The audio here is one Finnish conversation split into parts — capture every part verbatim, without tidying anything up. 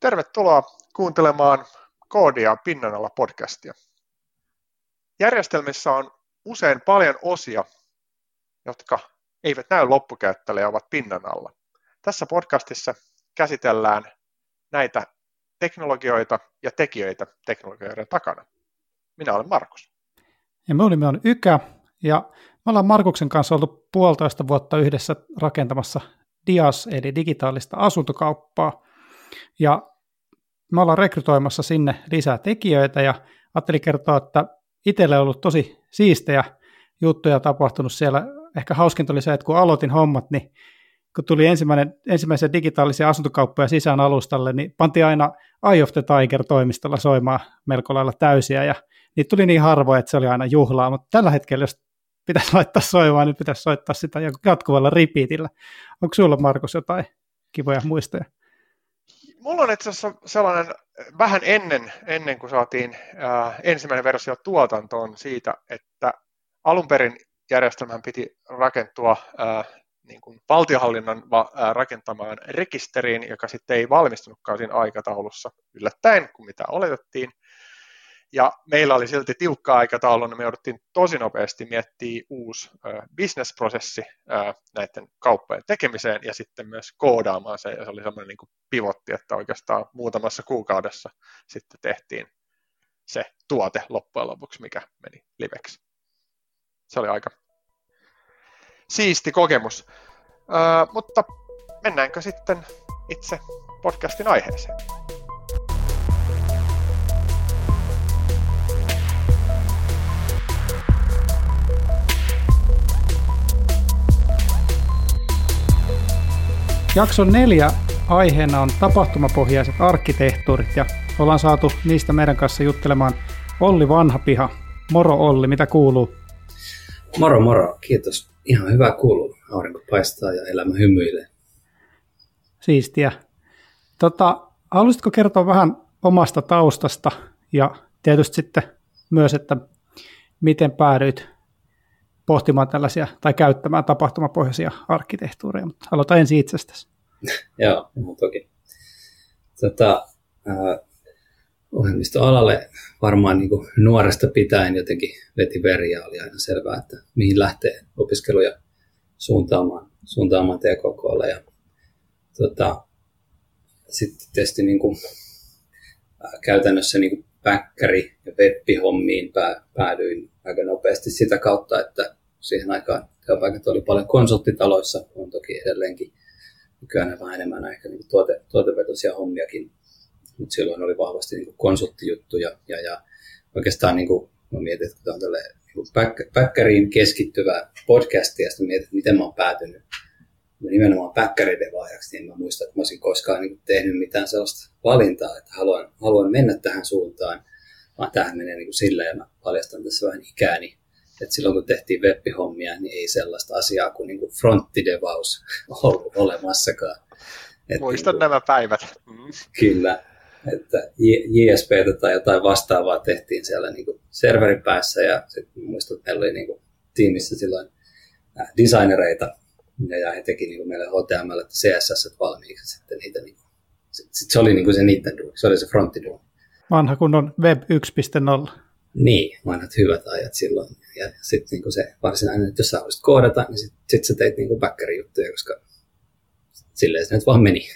Tervetuloa kuuntelemaan Koodia pinnan alla podcastia. Järjestelmissä on usein paljon osia, jotka eivät näy loppukäyttäjälle ja ovat pinnan alla. Tässä podcastissa käsitellään näitä teknologioita ja tekijöitä teknologioiden takana. Minä olen Markus. Ja me olimme on Ykä, ja me ollaan Markuksen kanssa oltu puolitoista vuotta yhdessä rakentamassa D I A S, eli digitaalista asuntokauppaa, ja me ollaan rekrytoimassa sinne lisää tekijöitä, ja ajattelin kertoa, että itselle on ollut tosi siistejä juttuja tapahtunut siellä. Ehkä hauskinta oli se, että kun aloitin hommat, niin kun tuli ensimmäinen, ensimmäisiä digitaalisia asuntokauppoja sisään alustalle, niin pantiin aina Eye of the Tiger-toimistolla soimaan melko lailla täysiä, ja niitä tuli niin harvoin, että se oli aina juhlaa, mutta tällä hetkellä, jos pitäisi laittaa soimaan, niin pitäisi soittaa sitä jatkuvalla repeatillä. Onko sinulla, Markus, jotain kivoja muistoja? Mulla on itse asiassa sellainen vähän ennen, ennen kuin saatiin äh, ensimmäinen versio tuotantoon siitä, että alun perin järjestelmän piti rakentua äh, niin kuin valtionhallinnon va- äh, rakentamaan rekisteriin, joka sitten ei valmistunutkaan siinä aikataulussa yllättäen, kuin mitä oletettiin. Ja meillä oli silti tiukka aikataulu, niin me jouduttiin tosi nopeasti miettimään uusi äh, business-prosessi äh, näiden kauppojen tekemiseen ja sitten myös koodaamaan se. Ja se oli semmoinen niin kuin pivotti, että oikeastaan muutamassa kuukaudessa sitten tehtiin se tuote loppujen lopuksi, mikä meni liveksi. Se oli aika siisti kokemus. Äh, mutta mennäänkö sitten itse podcastin aiheeseen? Jakson neljä aiheena on tapahtumapohjaiset arkkitehtuurit, ja ollaan saatu niistä meidän kanssa juttelemaan Olli Vanhapiha. Moro Olli, mitä kuuluu? Moro moro, kiitos. Ihan hyvä kuuluu. Aurinko paistaa ja elämä hymyilee. Siistiä. Tota, haluaisitko kertoa vähän omasta taustasta ja tietysti sitten myös, että miten päädyit pohtimaan tällaisia tai käyttämään tapahtumapohjaisia arkkitehtuureja, mutta aloita ensin itsestäsi. Joo, toki. Tota, äh, ohjelmistoalalle varmaan niin kuin nuoresta pitäen jotenkin veti veriä, oli aina selvää, että mihin lähtee opiskeluja suuntaamaan, suuntaamaan T K K:lle. Ja, tota, sitten tietysti niin kuin, äh, käytännössä niin kuin päkkäri- ja web-hommiin pää, päädyin aika nopeasti sitä kautta, että siihen aikaan työpaikat oli paljon konsulttitaloissa, on toki edelleenkin nykyään vähän enemmän ehkä niin tuote, tuotevetoisia hommiakin, mutta silloin oli vahvasti niin konsulttijuttuja ja, ja oikeastaan niin kuin, mä mietin, että tämä on tällainen niin päk, päkkäriin keskittyvä podcast ja sitten mietin, että miten mä oon päätynyt nimenomaan päkkäridevaajaksi, niin mä muistan, että mä olisin koskaan niin tehnyt mitään sellaista valintaa, että haluan, haluan mennä tähän suuntaan, vaan tähän menee niin silleen, ja mä paljastan tässä vähän ikääni, että silloin kun tehtiin web-hommia, niin ei sellaista asiaa kuin, niin kuin fronttidevaus ollut olemassakaan. Muistan niin kuin, nämä päivät. Mm. Kyllä, että J S P:tä tai jotain vastaavaa tehtiin siellä niin kuin serverin päässä, ja sitten muistan, että meillä oli niin kuin tiimissä silloin designereita, ja he teki niin kuin meille H T M L ja C S S valmiiksi. Sitten niitä, niin kuin, sit, sit se oli niin kuin se niiden duuni, se oli se fronttiduuni. Vanha kunnon web yksi piste nolla. Niin, vanhat hyvät ajat silloin. Ja sitten niin kuin se varsinainen, että jos sä haluaisit koodata, niin sitten sit sä teit niin kuin backeri-juttuja, koska silleen se nyt vaan meni.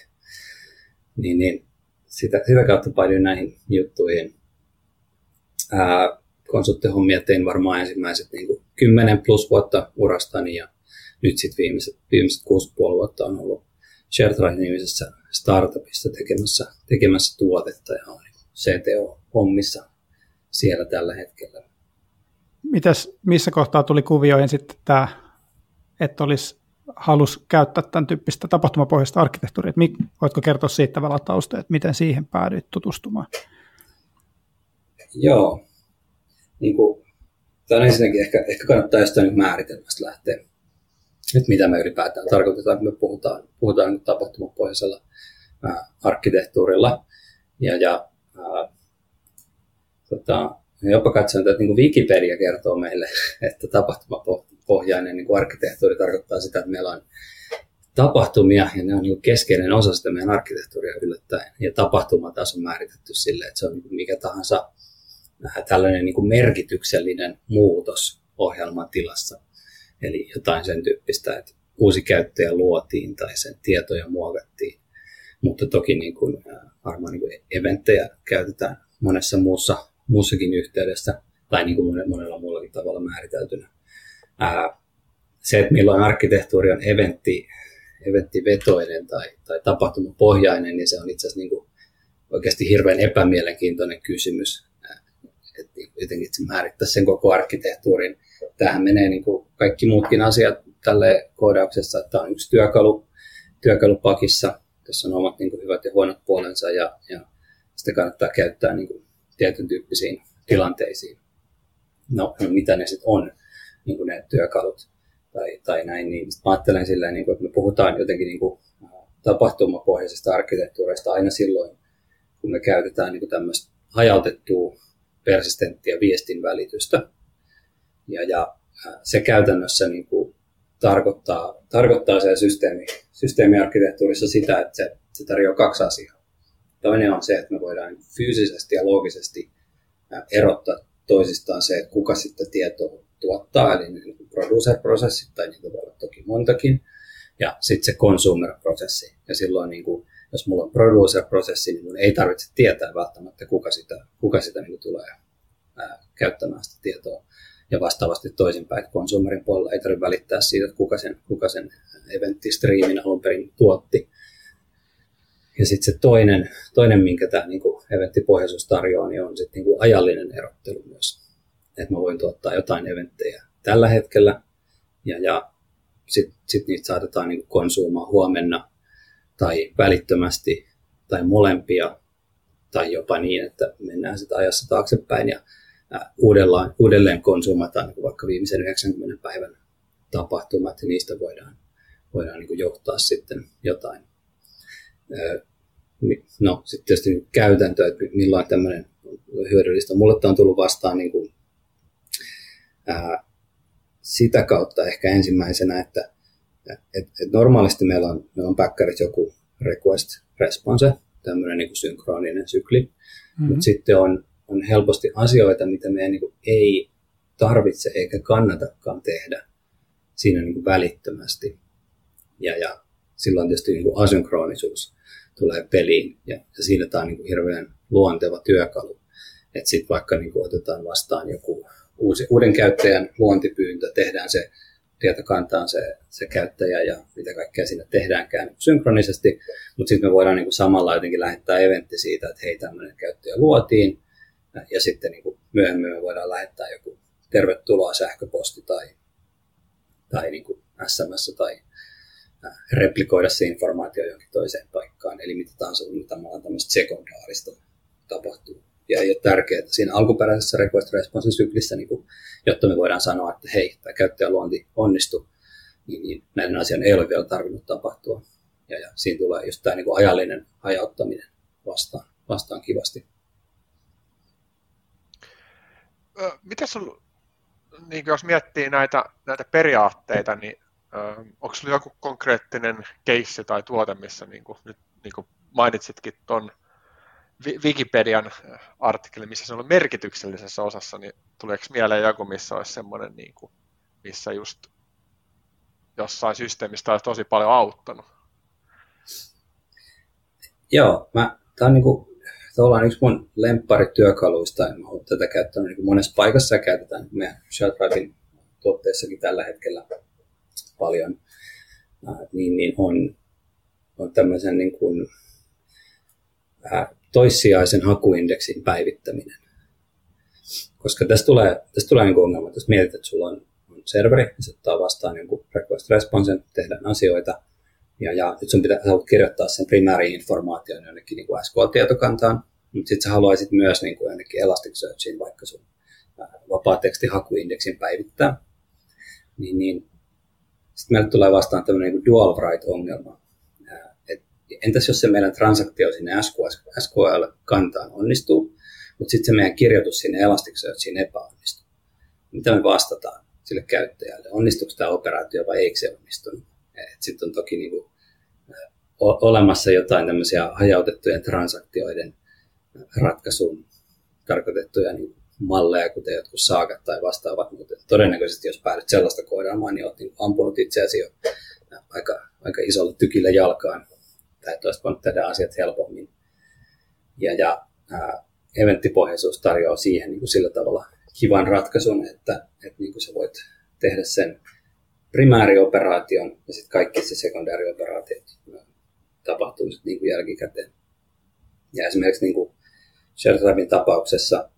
Niin, niin sitä, sitä kautta painoin näihin juttuihin. Ää, konsulttihommia tein varmaan ensimmäiset niin kuin kymmenen plus vuotta urastani, ja nyt sitten viimeiset, viimeiset kuusi puoli vuotta on ollut ShareDrive-nimisessä startupissa tekemässä, tekemässä tuotetta ja on C T O-hommissa siellä tällä hetkellä. Mitäs, missä kohtaa tuli kuvioihin sitten tämä, että olisi halus käyttää tämän tyyppistä tapahtumapohjaista arkkitehtuuria? Voitko kertoa siitä tavallaan taustaa, että miten siihen päädyit tutustumaan? Joo. Niin kuin, tämä on ensinnäkin ehkä, ehkä kannattaa jostain määritelmästä lähteä. Nyt mitä me ylipäätään tarkoitetaan, kun me puhutaan, puhutaan tapahtumapohjaisella ää, arkkitehtuurilla. Ja, ja ää, tota, jopa katson, että niin kuin Wikipedia kertoo meille, että tapahtumapohjainen niin kuin arkkitehtuuri tarkoittaa sitä, että meillä on tapahtumia, ja ne on niin keskeinen osa sitä meidän arkkitehtuuria yllättäen. Ja tapahtuma taas on määritetty silleen, että se on niin mikä tahansa tällainen niin kuin merkityksellinen muutos ohjelman tilassa. Eli jotain sen tyyppistä, että uusi käyttäjä luotiin tai sen tietoja muokattiin. Mutta toki niin kuin, varmaan niin kuin eventtejä käytetään monessa muussa, muussakin yhteydessä tai niin kuin monella muullakin tavalla määriteltynä. Ää, se, että milloin arkkitehtuuri on eventti, eventtivetoinen tai, tai tapahtumapohjainen, niin se on itse asiassa niin kuin oikeasti hirveän epämielenkiintoinen kysymys. Että jotenkin se määrittäisi sen koko arkkitehtuurin. Tämähän menee niin kuin kaikki muutkin asiat tälle koodauksessa, että on yksi työkalu työkalupakissa, tässä on omat niin kuin hyvät ja huonot puolensa ja, ja sitä kannattaa käyttää niin kuin tietyn tyyppisiin tilanteisiin. No, no mitä ne sitten on, niin kuin ne työkalut tai, tai näin, niin mä ajattelen silleen, niin kuin, että me puhutaan jotenkin niin kuin tapahtumapohjaisesta arkkitehtuurista aina silloin, kun me käytetään niin kuin tämmöistä hajautettua persistenttiä viestin välitystä. Ja, ja se käytännössä niin kuin tarkoittaa, tarkoittaa se systeemi, systeemiarkkitehtuurissa sitä, että se, se tarjoaa kaksi asiaa. Toinen on se, että me voidaan fyysisesti ja loogisesti erottaa toisistaan se, että kuka sitten tietoa tuottaa, eli niin producer-prosessit, tai niitä voi olla toki montakin, ja sitten se consumer-prosessi. Ja silloin, niin kuin, jos mulla on producer-prosessi, niin mun ei tarvitse tietää välttämättä, kuka sitä, kuka sitä niin kuin tulee ää, käyttämään sitä tietoa. Ja vastaavasti toisinpäin, että consumerin puolella ei tarvitse välittää siitä, että kuka sen, kuka sen eventtistriimin alun perin tuotti. Ja sitten se toinen, toinen, minkä tämä niin kuin eventtipohjaisuus tarjoaa, niin on sitten niin kuin ajallinen erottelu myös. Että mä voin tuottaa jotain eventtejä tällä hetkellä, ja, ja sitten sit niitä saatetaan niin kuin konsuumaa huomenna, tai välittömästi, tai molempia, tai jopa niin, että mennään sitä ajassa taaksepäin, ja Uudelleen, uudelleen konsumataan niin vaikka viimeisen yhdeksänkymmentä päivän tapahtumat, ja niistä voidaan, voidaan niin johtaa sitten jotain. No, sitten tietysti käytäntö, että milloin tämmöinen hyödyllistä. Mulle on tullut vastaan niin kuin, ää, sitä kautta ehkä ensimmäisenä, että et, et normaalisti meillä on, meillä on backerissa joku request response, tämmöinen niin kuin synkroninen sykli, mm-hmm. mutta sitten on on helposti asioita, mitä meidän niin kuin ei tarvitse eikä kannatakaan tehdä siinä niin kuin välittömästi. Ja, ja silloin tietysti niin kuin asynkronisuus tulee peliin, ja, ja siinä tämä on niin kuin hirveän luonteva työkalu. Että sitten vaikka niin kuin otetaan vastaan joku uusi, uuden käyttäjän luontipyyntö, tehdään se tietokantaan se, se käyttäjä ja mitä kaikkea siinä tehdäänkään niin synkronisesti, mutta sitten me voidaan niin kuin samalla jotenkin lähettää eventti siitä, että hei, tämmöinen käyttäjä luotiin, ja sitten niin kuin myöhemmin me voidaan lähettää joku tervetuloa sähköposti tai, tai niin kuin S M S tai replikoida se informaatio johonkin toiseen paikkaan. Eli mitä tahansa tavallaan tämmöistä sekundaarista tapahtuu. Ja ei ole tärkeää, että siinä alkuperäisessä request response syklissä, niin kuin, jotta me voidaan sanoa, että hei, tämä käyttäjäluonti onnistui, niin, niin näiden asian ei ole vielä tarvinnut tapahtua. Ja, ja siinä tulee just tämä niin kuin ajallinen hajauttaminen vastaan, vastaan kivasti. Miten sul, niin jos miettii näitä, näitä periaatteita, niin äh, onko sinulla joku konkreettinen keissi tai tuote, missä niin kuin, nyt niin kuin mainitsitkin tuon Wikipedian artikkelin, missä se on merkityksellisessä osassa, niin tuleeko mieleen joku, missä olisi semmoinen, niin kuin, missä just jossain systeemistä olisi tosi paljon auttanut? Joo, mä, tämä on niin kuin Tuolla on yksi mun lempparityökaluista, ja mä olen tätä käyttänyt niin monessa paikassa ja käytetään meidän ShareDriven tuotteissakin tällä hetkellä paljon, niin, niin on, on tämmöisen niin kuin, ää, toissijaisen hakuindeksin päivittäminen. Koska tässä tulee, tässä tulee niin kuin ongelma, jos mietit, että sulla on, on serveri, ja se ottaa vastaan jonkun request responsen, tehdään asioita, Ja, ja nyt sun pitää kirjoittaa sen primääri-informaation jonnekin niin kuin S Q L-tietokantaan, mutta sitten sä haluaisit myös niin kuin jonnekin Elasticsearchiin vaikka sun vapaatekstihakuindeksin päivittää. Niin, niin. Sitten meille tulee vastaan tämmöinen niin kuin dual write-ongelma. Et entäs jos se meidän transaktio sinne S Q L-kantaan onnistuu, mutta sitten se meidän kirjoitus sinne Elasticsearchiin epäonnistuu. Mitä me vastataan sille käyttäjälle? Onnistuuko tämä operaatio vai eikö se onnistunut? Sitten on toki niin kuin, o- olemassa jotain tämmöisiä hajautettujen transaktioiden ratkaisuun tarkoitettuja niin malleja, kuten jotkut saakat tai vastaavat, mutta todennäköisesti jos päädyt sellaista koodaamaan, niin olet niin ampunut itseäsi jo aika, aika isolla tykillä jalkaan, tai että olisi voinut tehdä asiat helpommin. Ja, ja ää, eventtipohjaisuus tarjoaa siihen niin kuin sillä tavalla kivan ratkaisun, että, että niin kuin sä voit tehdä sen primääriooperaation ja sitten kaikki se sekundaarioperaatiot tapahtuu sitten niin kuin jälkikäteen. Ja esimerkiksi niin kuin ShareDriven tapauksessa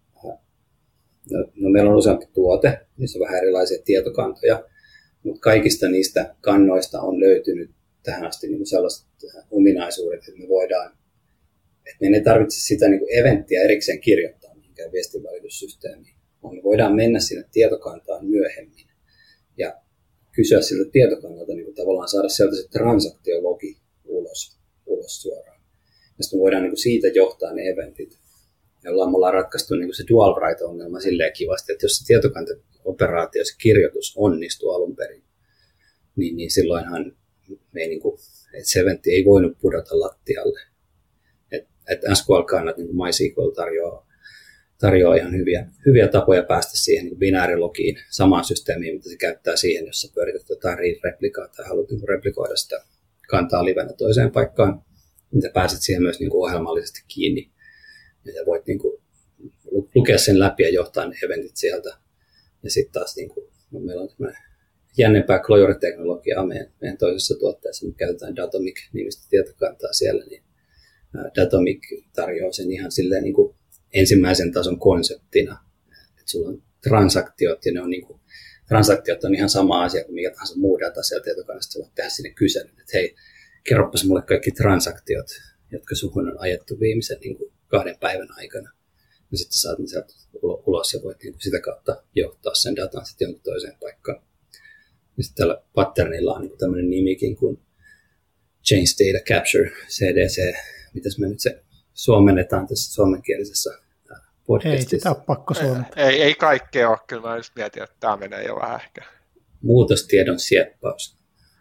no, no meillä on useampi tuote, niissä on vähän erilaisia tietokantoja, mutta kaikista niistä kannoista on löytynyt tähän asti niin kuin sellaiset ominaisuudet, että me voidaan, että meidän ei tarvitse sitä niin kuin eventtiä erikseen kirjoittaa mihinkään viestinvälityssysteemiin, vaan me voidaan mennä sinne tietokantaan myöhemmin ja kysyä siltä tietokannalta, niin kuin tavallaan saada sieltä se transaktiologi ulos, ulos suoraan. Ja sitten me voidaan niin kuin siitä johtaa ne eventit, jolla me ollaan ratkaistu niin kuin se dual write-ongelma silleen kivasti, että jos se tietokantaoperaatio, se kirjoitus onnistuu alun perin, niin, niin silloinhan me ei, niin kuin, että se eventti ei voinut pudota lattialle. Et, et S Q L-kannat, niin kuin MySQL tarjoaa, tarjoaa ihan hyviä, hyviä tapoja päästä siihen niin binäärilogiin samaan systeemiin, mitä se käyttää siihen, jos sä pyörität jotain replikaa tai haluat niin replikoida sitä kantaa livenä toiseen paikkaan, niin sä pääset siihen myös niin kuin ohjelmallisesti kiinni. Ja sä voit niin kuin lukea sen läpi ja johtaa ne eventit sieltä. Ja sitten taas niin kuin, no meillä on tämmöinen jännempää Clojure-teknologiaa meidän, meidän toisessa tuotteessa, me käytetään Datomic-nimistä tietokantaa siellä, niin Datomic tarjoaa sen ihan silleen niin kuin ensimmäisen tason konseptina, että sulla on transaktiot ja ne on niin kuin, transaktiot on ihan sama asia kuin mikä tahansa muu data sieltä tietokannasta, sä voit tehdä sinne kyselyn, että hei, kerropas mulle kaikki transaktiot, jotka suhun on ajettu viimeisen niin kuin kahden päivän aikana. Ja sitten saat ne sieltä ulos ja voit niin kuin sitä kautta johtaa sen datan sitten jonkin toiseen paikkaan. Ja sitten tällä patternilla on niin kuin tämmöinen nimikin kuin Change Data Capture, C D C. Mitäs me nyt se suomennetaan tässä suomenkielisessä podcastissa? Ei sitä ole pakko suomentaa. Ei, ei kaikkea ole. Kyllä mä just mietin, että tämä menee jo vähän ehkä. Muutostiedon sieppaus.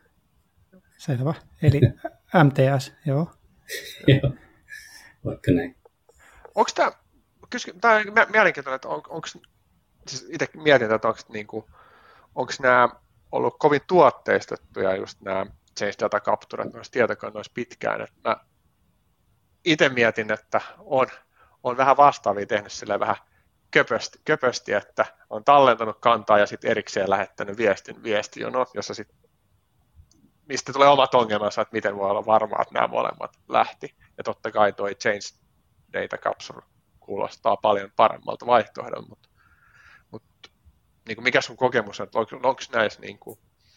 Selvä. Eli M T S, joo. Joo, vaikka näin. Onko tämä, tämä on mielenkiintoinen, että on, onko, siis itse mietin, että onko, niin kuin, onko nämä ollut kovin tuotteistettuja just nämä Change Data Capturet noissa tietokannoissa pitkään. Että mä itse mietin, että on, on vähän vastaavia tehnyt silleen vähän köpösti, köpösti, että on tallentanut kantaa ja sitten erikseen lähettänyt viestin viestijonot, jossa sitten mistä tulee omat ongelmansa, että miten voi olla varmaa, että nämä molemmat lähti. Ja totta kai toi Change Data Capture kuulostaa paljon paremmalta vaihtoehdolta, mutta, mutta niin kuin mikä sun kokemus on, että onko, onko näissä niin kuin,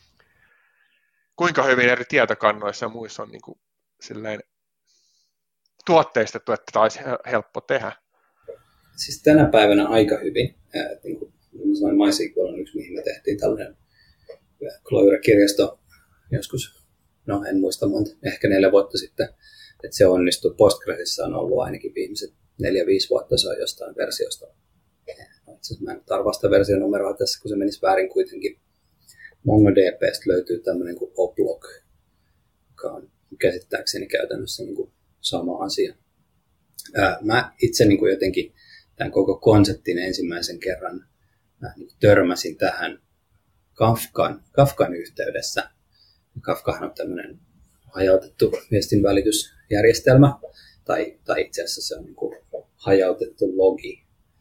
kuinka hyvin eri tietokannoissa ja muissa on niin kuin, silleen, tuotteistettu, että tämä olisi helppo tehdä? Siis tänä päivänä aika hyvin. Äh, niin kuin sanoin, MySQL on yksi, mihin me tehtiin tällainen Clojure-kirjasto joskus, no en muista monta, ehkä neljä vuotta sitten, että se onnistui. Postgresissa on ollut ainakin viimeiset neljä, viisi vuotta, se on jostain versiosta. Itse asiassa mä en tarvaa sitä versionumeroa tässä, kun se menisi väärin kuitenkin. MongoDB:stä löytyy tämmöinen kuin oblog, joka on käsittääkseni käytännössä niin kuin sama asia. Ää, mä itse niin kuin jotenkin tämän koko konseptin ensimmäisen kerran mä niin kuin törmäsin tähän Kafkan, Kafkan yhteydessä. Kafkahan on tämmöinen hajautettu viestinvälitysjärjestelmä, tai, tai itse asiassa se on niin kuin hajautettu logi,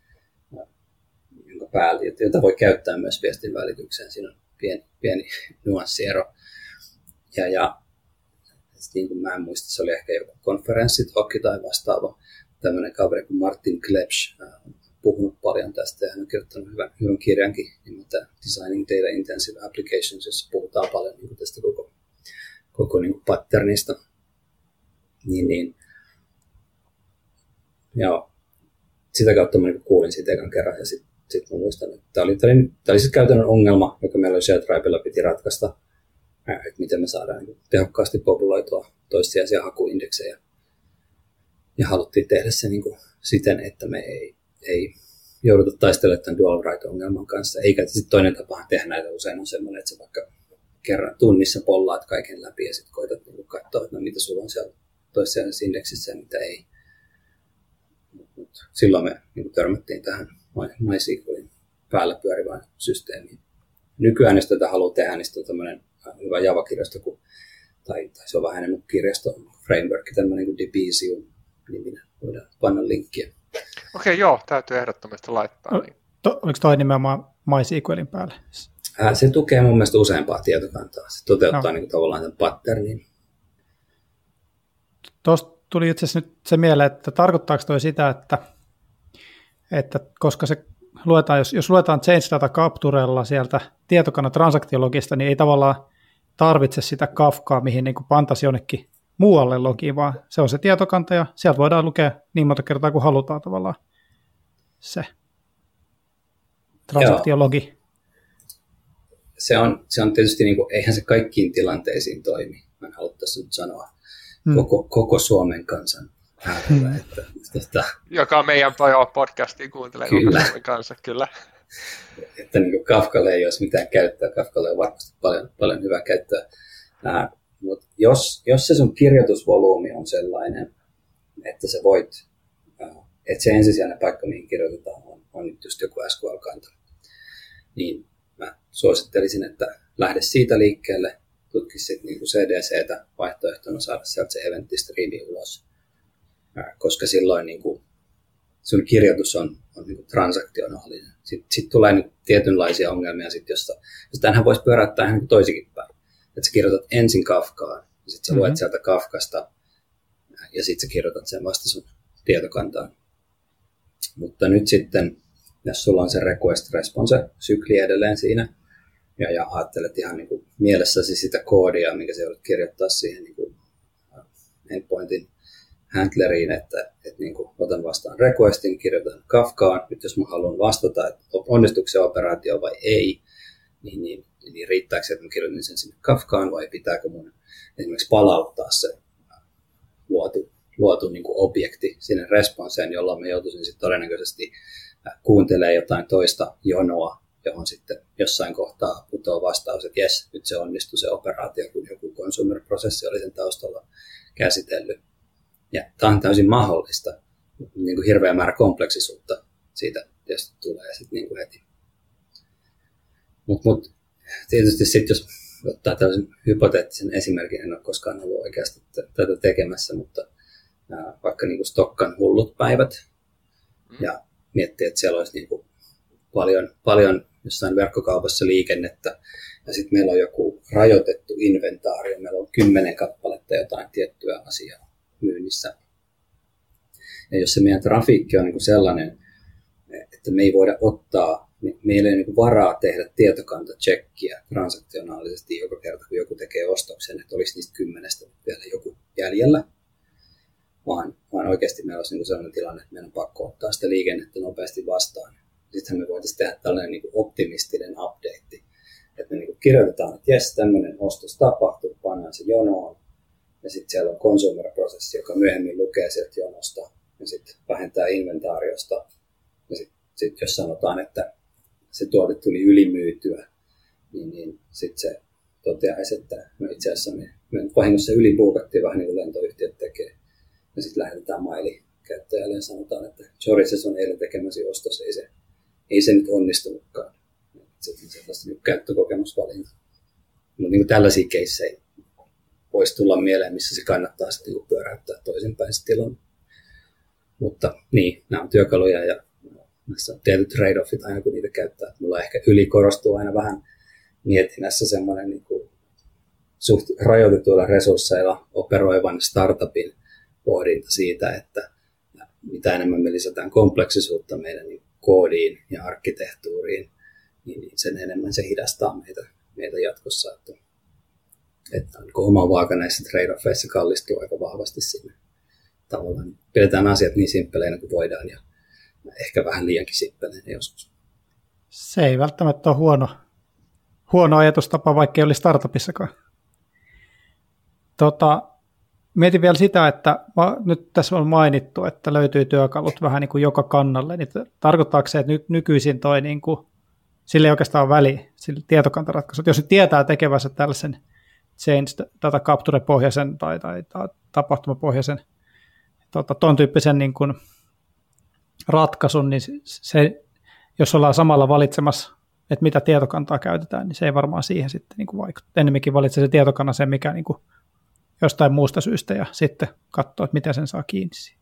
jonka päällä, jota voi käyttää myös viestinvälitykseen. Siinä on pieni, pieni nuanssiero. Ja, ja niin kuin mä en muista, se oli ehkä joku konferenssitalkki tai vastaava. Tämmöinen kaveri kuin Martin Klepsch on puhunut paljon tästä ja hän on kirjoittanut hyvän, hyvän kirjankin nimeltä Designing Data Intensive Applications, jossa puhutaan paljon niin kuin tästä koko, koko niin kuin patternista. Niin, niin. Ja sitä kautta mä niin kuulin siitä ekan kerran ja sitten sit mä muistan, että tämä oli, oli, oli sitten käytännön ongelma, joka meillä ShareDrivella piti ratkaista, että miten me saadaan niin tehokkaasti populoitua toissijaisia hakuindeksejä. Ja haluttiin tehdä se niin kuin siten, että me ei, ei jouduta taistelemaan tämän dual write-ongelman kanssa. Eikä sitten toinen tapa tehdä näitä usein on semmoinen, että sä vaikka kerran tunnissa pollaat kaiken läpi ja sitten koetat niin katsoa, että no, mitä sulla on siellä toisessa indeksissä ja mitä ei. Mut silloin me niin törmättiin tähän MySQLin päällä pyörivään systeemiin. Nykyään, jos tätä haluaa tehdä, niin sitten on tämmöinen hyvä Java-kirjasto, kun, tai, tai se on vähän enemmän kirjasto, framework, tämmöinen kuin Debezium-niminen. Voidaan panna linkkiä. Okei, okay, joo, täytyy ehdottomasti laittaa. Niin. To, oliko toi nimenomaan MySQLin päälle? Se tukee mun mielestä useampaa tietokantaa. Se toteuttaa no. niin tavallaan tämän patternin. Tuosta tuli itse asiassa nyt se mieleen, että tarkoittaako toi sitä, että, että koska se luetaan, jos, jos luetaan change data capturella sieltä tietokannan transaktiologista, niin ei tavallaan tarvitse sitä Kafkaa, mihin niin kuin pantaisi jonnekin muualle logiin, vaan se on se tietokanta ja sieltä voidaan lukea niin monta kertaa kuin halutaan tavallaan se transaktiologi. Se on, se on tietysti, niin kuin, eihän se kaikkiin tilanteisiin toimi, mä en halua tässä nyt sanoa hmm. koko, koko Suomen kansan äärellä. Hmm. Että, että, joka meidän podcastiin kuuntelee kyllä. Suomen kanssa, kyllä. Että niin kuin Kafkalle ei olisi mitään käyttöä, Kafkalle on varmasti paljon, paljon hyvää käyttöä. Äh, mutta jos, jos se sun kirjoitusvolyymi on sellainen, että sä voit, äh, että se ensisijainen paikka, mihin kirjoitetaan, on, on nyt just joku S Q L-kanta, niin mä suosittelisin, että lähde siitä liikkeelle, tutkisi sitten niin C D C:tä vaihtoehtona saada sieltä se eventti-striimi ulos, äh, koska silloin niin kuin sun kirjoitus on, on niin kuin transaktionaalinen. Sitten sit tulee niin tietynlaisia ongelmia, sit, josta, josta tämähän voisi pyöräyttää ihan toisikin päin. Että sä kirjoitat ensin Kafkaan, ja sitten sä mm-hmm. luet sieltä Kafkasta, ja sitten sä kirjoitat sen vasta sun tietokantaan. Mutta nyt sitten, jos sulla on se request-response-sykli edelleen siinä, ja, ja ajattelet ihan niin kuin mielessäsi sitä koodia, minkä sä joudut kirjoittaa siihen niin kuin endpointin handleriin, että, että niin kuin otan vastaan requestin, kirjoitan Kafkaan. Nyt jos mä haluan vastata, että onnistuuko se operaatio vai ei, niin, niin, niin riittääkö se, että mä kirjoitin sen sinne Kafkaan vai pitääkö mun esimerkiksi palauttaa se luotu, luotu niin kuin objekti sinne responseen, jolloin mä joutuisin sitten todennäköisesti kuuntelemaan jotain toista jonoa, johon sitten jossain kohtaa putoaa vastaus, että jes, nyt se onnistui se operaatio, kun joku consumer-prosessi oli sen taustalla käsitellyt. Ja tämä on täysin mahdollista, niin kuin hirveä määrä kompleksisuutta siitä tietysti tulee sitten niin kuin heti. Mutta mut, tietysti sitten, jos ottaa tällaisen hypoteettisen esimerkin, en ole koskaan ollut oikeasti t- tätä tekemässä, mutta ää, vaikka niin kuin Stokkan hullut päivät, ja miettii, että siellä olisi niin kuin paljon, paljon jossain verkkokaupassa liikennettä, ja sitten meillä on joku rajoitettu inventaario, meillä on kymmenen kappaletta jotain tiettyä asiaa myynnissä. Ja jos se meidän trafiikki on niin kuin sellainen, että me ei voida ottaa, meillä ei ole niin varaa tehdä tietokanta-tsekkiä transaktionaalisesti joka kerta, kun joku tekee ostoksen, että olisi niistä kymmenestä vielä joku jäljellä, vaan, vaan oikeasti meillä olisi niin sellainen tilanne, että meidän on pakko ottaa sitä liikennettä nopeasti vastaan. Sittenhän me voitaisiin tehdä tällainen niin optimistinen update, että me niin kirjoitetaan, että jes, tämmöinen ostos tapahtuu, pannaan se jonoon, ja sitten siellä on consumer-prosessi, joka myöhemmin lukee sieltä jonosta, ja sitten vähentää inventaariosta. Ja sitten sit jos sanotaan, että se tuote tuli ylimyytyä, niin, niin sitten se toteaisi, että no itse asiassa me, me vahingossa ylipuukattiin vähän niin kuin lentoyhtiöt tekee. Ja sitten lähetetään maili käyttäjälle ja sanotaan, että sorry, se on eilen tekemäsi ostos, ei se, ei se nyt onnistunutkaan. Sitten sellaista nyt käyttökokemusvalinta. Mutta niin tällaisia keissejä voisi tulla mieleen, missä se kannattaa sitten niin pyöräyttää toisinpäin se tilanne. Mutta niin, nämä on työkaluja ja näissä on tietyt trade-offit aina, kun niitä käyttää. Mulla ehkä ylikorostuu aina vähän mietinnässä semmoinen niin kuin suht rajoitetuilla resursseilla operoivan startupin pohdinta siitä, että mitä enemmän me lisätään kompleksisuutta meidän niin koodiin ja arkkitehtuuriin, niin sen enemmän se hidastaa meitä, meitä jatkossa. Että, että oma vaaka näissä trade-offeissa kallistuu aika vahvasti sinne. Tavallaan pidetään asiat niin simppeleinä kuin voidaan ja ehkä vähän liiankin simppeleinä joskus. Se ei välttämättä ole huono, huono ajatustapa, vaikka ei olisi startupissakaan. Tota, mietin vielä sitä, että nyt tässä on mainittu, että löytyy työkalut vähän niin kuin joka kannalle. Niin tarkoittaako se, että nyt nykyisin toi niin kuin sillä ei oikeastaan ole väliä, sillä tietokantaratkaisut. Jos se tietää tekevänsä tällaisen change data capture-pohjaisen tai, tai, tai tapahtumapohjaisen tota, ton tyyppisen niin kuin ratkaisun, niin se, jos ollaan samalla valitsemassa, että mitä tietokantaa käytetään, niin se ei varmaan siihen sitten niin kuin vaikuta. Ennemminkin valitsee se tietokannan sen, mikä niin kuin jostain muusta syystä, ja sitten katsoo, että miten sen saa kiinni siihen.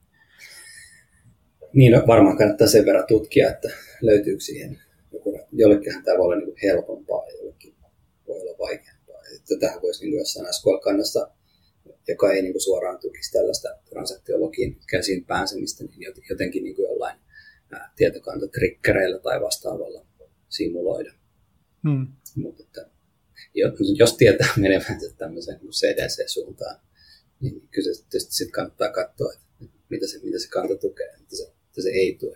Niin, no, varmaan kannattaa sen verran tutkia, että löytyykö siihen joku, jollekinhan tämä voi olla niin kuin helpompaa, jollekin voi olla vaikeampaa. Että tähän voisi niin kuin jossain S Q L-kannassa, joka ei niin kuin suoraan tukisi tällaista transaktiologin käsin pääsemistä, niin jotenkin niin kuin jollain tietokantatrikkereillä tai vastaavalla simuloida. Hmm. Mutta että, jos tietää menevänsä tämmöiseen C D C-suuntaan, niin kyllä se tietysti sit kannattaa katsoa, että mitä se, mitä se kanta tukee ja mitä se, mitä se ei tue.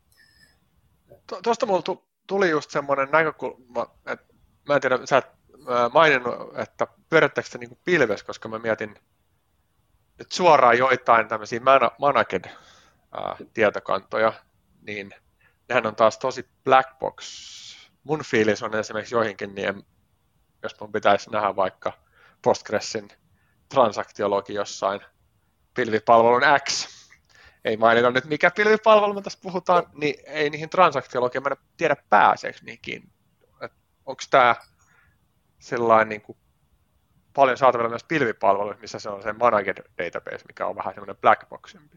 Tuosta mulla tuli just semmoinen näkökulma, että mä en tiedä, sä et maininnut, että pyörittääkö sitä niin pilves, koska mä mietin nyt suoraan joitain tämmöisiä managed-tietokantoja, niin nehän on taas tosi black box. Mun fiilis on esimerkiksi joihinkin, niin jos mun pitäisi nähdä vaikka Postgresin transaktiologi jossain pilvipalvelun X, ei mainita nyt mikä pilvipalvelu me tässä puhutaan, niin ei niihin transaktiologiin mä en tiedä pääseekö niihin. Onko tämä sellainen niin kuin paljon saatavilla myös pilvipalveluissa, missä se on se managed database, mikä on vähän semmoinen black boximpi?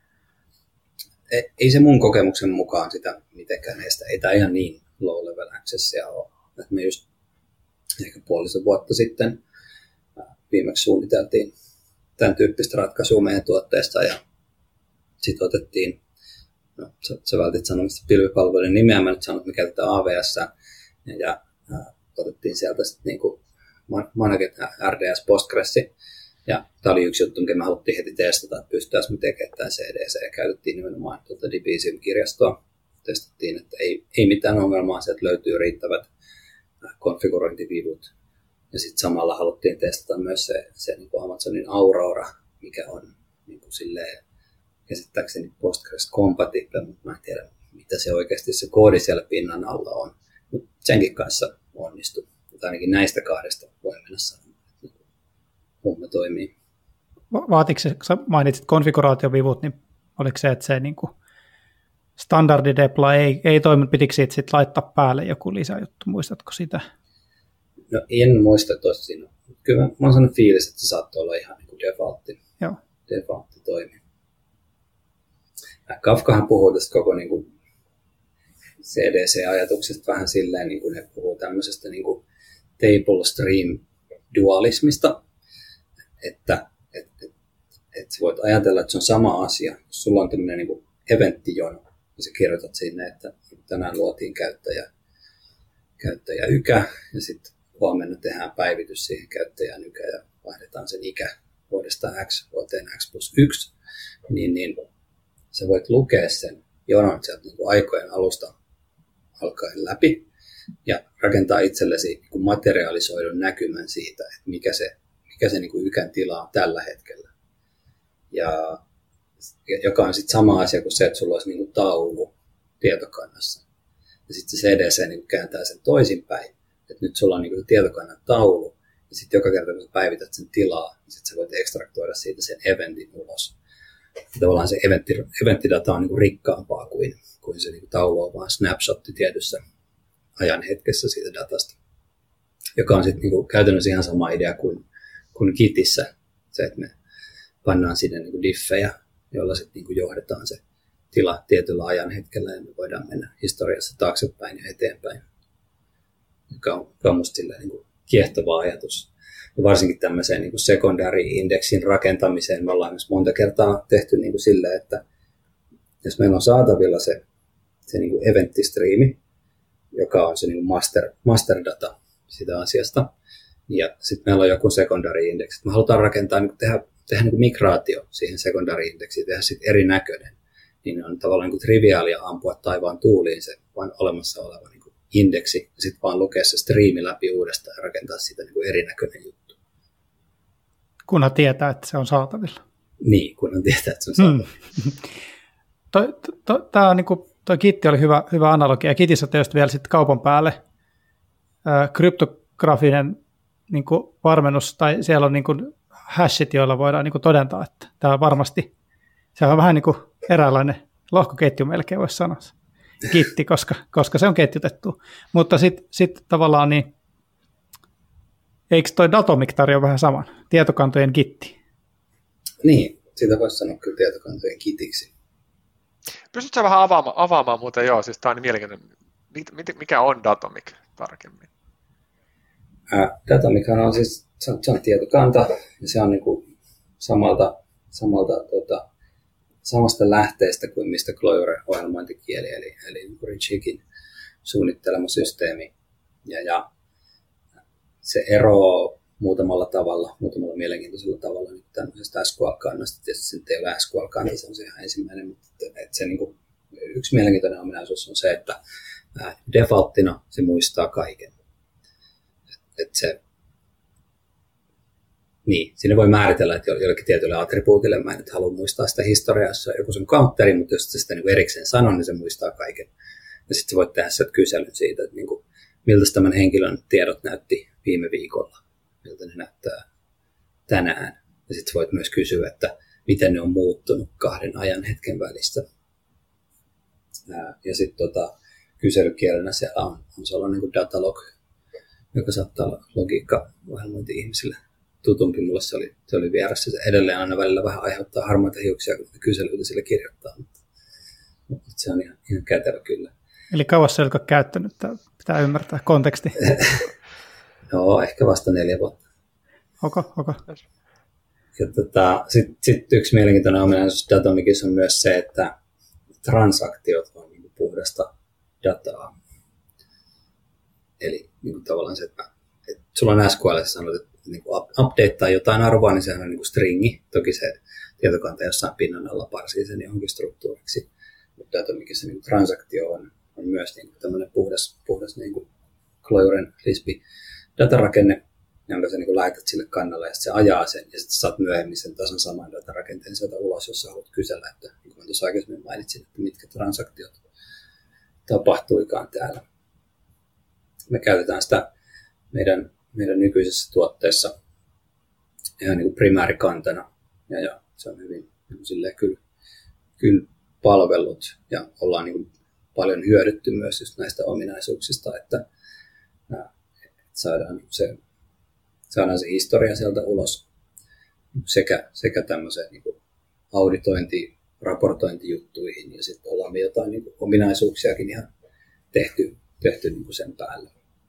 Ei se mun kokemuksen mukaan sitä mitenkään estä. Ei tämä ihan niin low level accessia ole. Että me just ehkä puolisen vuotta sitten viimeksi suunniteltiin tämän tyyppistä ratkaisua meidän tuotteesta ja sitten otettiin, no sä, sä vältit sanomista pilvipalveluiden nimeä, mä nyt sanon, että me käytetään A W S ja, ja ää, otettiin sieltä sitten niinku Managed R D S Postgressi. Ja tämä oli yksi juttu, mikä me haluttiin heti testata, että pystytään me tekemään tämän C D C. Ja käytettiin nimenomaan tuota Debezium-kirjastoa. Testattiin, että ei, ei mitään ongelmaa, sieltä löytyy riittävät konfigurointivivut. Ja sitten samalla haluttiin testata myös se, se niin kuin Amazonin Aurora, mikä on niin kuin silleen, käsittääkseni Postgres compatible, mutta mä en tiedä, mitä se oikeasti se koodi siellä pinnan alla on. Mutta senkin kanssa onnistui. Mutta ainakin näistä kahdesta voi mennä sanomaan, että homma toimii. Vaatiko se, kun sä mainitsit konfiguraatiovivut, niin oliko se, että se niin kuin standardi deploy ei, ei toimi, pitikö siitä sitten laittaa päälle joku lisäjuttu, muistatko sitä? No en muista tuosta siinä. Kyllä mä oon sellainen fiilis, että se saattoi olla ihan niin kuin defaultti, Joo. defaultti toimi. Kafkahan puhuu tästä koko niin kuin C D C-ajatuksesta vähän silleen, niin kuin ne puhuu tämmöisestä niin kuin table stream dualismista, että et, et, et voit ajatella, että se on sama asia. Jos sulla on tämmöinen niin kuin eventtijono, ja sä kirjoitat sinne, että tänään luotiin käyttäjä, käyttäjä ykä, ja sitten huomenna tehdään päivitys siihen käyttäjään ykä, ja vaihdetaan sen ikä vuodesta X vuoteen X plus yksi, niin, niin sä voit lukea sen jonon sieltä niin kuin aikojen alusta alkaen läpi, ja rakentaa itsellesi niin kuin materialisoidun näkymän siitä, että mikä se, mikä se niin kuin ykän tila on tällä hetkellä. Ja joka on sitten sama asia kuin se, että sulla olisi niin kuin taulu tietokannassa. Ja sitten se C D C niin kääntää sen toisinpäin. Että nyt sulla on niin kuin tietokannan taulu, ja sitten joka kerta, kun sä päivität sen tilaa, niin sitten sä voit ekstraktoida siitä sen eventin ulos. Ja tavallaan se eventti, eventtidata on niin kuin rikkaampaa kuin, kuin se niin kuin taulu on vaan snapshotti tietyssä ajan hetkessä siitä datasta. Joka on sitten niin kuin käytännössä ihan sama idea kuin, kuin Gitissä. Se, että me pannaan sinne niin kuin diffejä, jolla sitten niin kuin johdetaan se tila tietyllä ajan hetkellä, ja me voidaan mennä historiassa taaksepäin ja eteenpäin. Joka on, joka on musta silleen niin kuin kiehtova ajatus. Ja varsinkin tämmöiseen niin kuin secondary-indeksin rakentamiseen me ollaan myös monta kertaa tehty niin kuin silleen, että jos meillä on saatavilla se, se niin kuin eventtistriimi, joka on se niin kuin master, master data siitä asiasta, ja sitten meillä on joku secondary-indeksi. Me halutaan rakentaa, niin kuin tehdä, tehdä niin kuin migraatio siihen secondary-indeksiin, tehdä sitten erinäköinen. Niin on tavallaan niin kuin triviaalia ampua taivaan tuuliin se vain olemassa oleva niin kuin indeksi, ja sitten vaan lukea se striimi läpi uudestaan ja rakentaa siitä niin kuin erinäköinen juttu. Kunhan tietää, että se on saatavilla. Niin, kunhan tietää, että se on saatavilla. Hmm. Tämä on niin kuin tuo Gitti oli hyvä, hyvä analogia. Gitissä tietysti vielä sitten kaupan päälle ää, kryptografinen niin kuin varmennus, tai siellä on niin kuin hashit, joilla voidaan niin kuin todentaa, että tämä on varmasti, se on vähän niin kuin eräänlainen lohkoketju melkein voisi sanoa, Gitti, koska, koska se on ketjutettu. Mutta sitten sit tavallaan niin, eikö toi Datomic tarjoa vähän saman, tietokantojen Gitti? Niin, siitä voisi sanoa kyllä tietokantojen Gitiksi. Pystytkö vähän avaamaan, avaamaan muuten, joo, siis tämä on niin mielenkiintoinen. Mikä on Datomic tarkemmin? Ää, Datomic on siis se on, se on tietokanta, ja se on niin kuin samalta, samalta tota, samasta lähteestä kuin mistä Cloyore ohjelmointikieli, eli, eli niin Rich Hickin suunnittelema systeemi. Ja, ja se eroaa muutamalla tavalla, muutamalla mielenkiintoisella tavalla niin tämmöisestä S Q L-kannasta. Tietysti se ei ole S Q L-kanta, se on se ihan ensimmäinen, mutta että se, niin kuin, yksi mielenkiintoinen ominaisuus on se, että defaulttina se muistaa kaiken. Että se, niin, siinä voi määritellä, että jollekin tietylle attribuutille, mä en nyt halua muistaa sitä historiaa, jos on joku sen counteri, mutta jos se sitä niin erikseen sanoo, niin se muistaa kaiken. Ja sitten voit tehdä sieltä kyselyn siitä, että niin kuin, miltä tämän henkilön tiedot näytti viime viikolla, miltä ne näyttää tänään. Ja sitten voit myös kysyä, että miten ne on muuttunut kahden ajan hetken välistä. Ja sitten tota, kyselykielenä siellä on, on sellainen niin kuin datalog, joka saattaa olla logiikka-ohjelmointi ihmisille tutumpi. Mulle se oli, se oli vieressä. Se edelleen aina välillä vähän aiheuttaa harmaita hiuksia, kun kyselyitä sille kirjoittaa. Mutta, mutta se on ihan, ihan kätevä kyllä. Eli kauas se oletko käyttänyt? Pitää ymmärtää konteksti. No, ehkä vasta neljä vuotta. Oko, oko. Tota, Sitten sit yksi mielenkiintoinen ominaisuus Datomicissa on myös se, että transaktiot on niin kuin puhdasta dataa. Eli niin kuin tavallaan se, että, että sulla on S Q L, sanot, että niin kuin updateaa jotain arvoa, niin sehän on niin kuin stringi. Toki se tietokanta jossain pinnan alla parsii sen johonkin struktuuriksi. Mutta Datomicissa niin kuin transaktio on, on myös niin kuin tämmöinen puhdas, puhdas niin kuin Clojuren Lispi datarakenne, jonka sä niin laitat sille kannalle ja sitten se ajaa sen ja sitten saat myöhemmin sen tasan saman datarakenteen sieltä ulos, jos sä haluat kysellä, että niin kuin tuossa aikaisemmin mainitsin, että mitkä transaktiot tapahtuikaan täällä. Me käytetään sitä meidän, meidän nykyisessä tuotteessa ihan niin kuin primäärikantana ja, ja se on hyvin niin silleen kyllä, kyllä palvellut ja ollaan niin kuin paljon hyödytty myös just näistä ominaisuuksista, että, että saadaan se saadaan se historia sieltä ulos sekä, sekä tämmöiseen niin kuin auditointi, raportointijuttuihin ja sitten ollaan jotain niin kuin ominaisuuksiakin ihan tehty, tehty niin kuin sen päälle.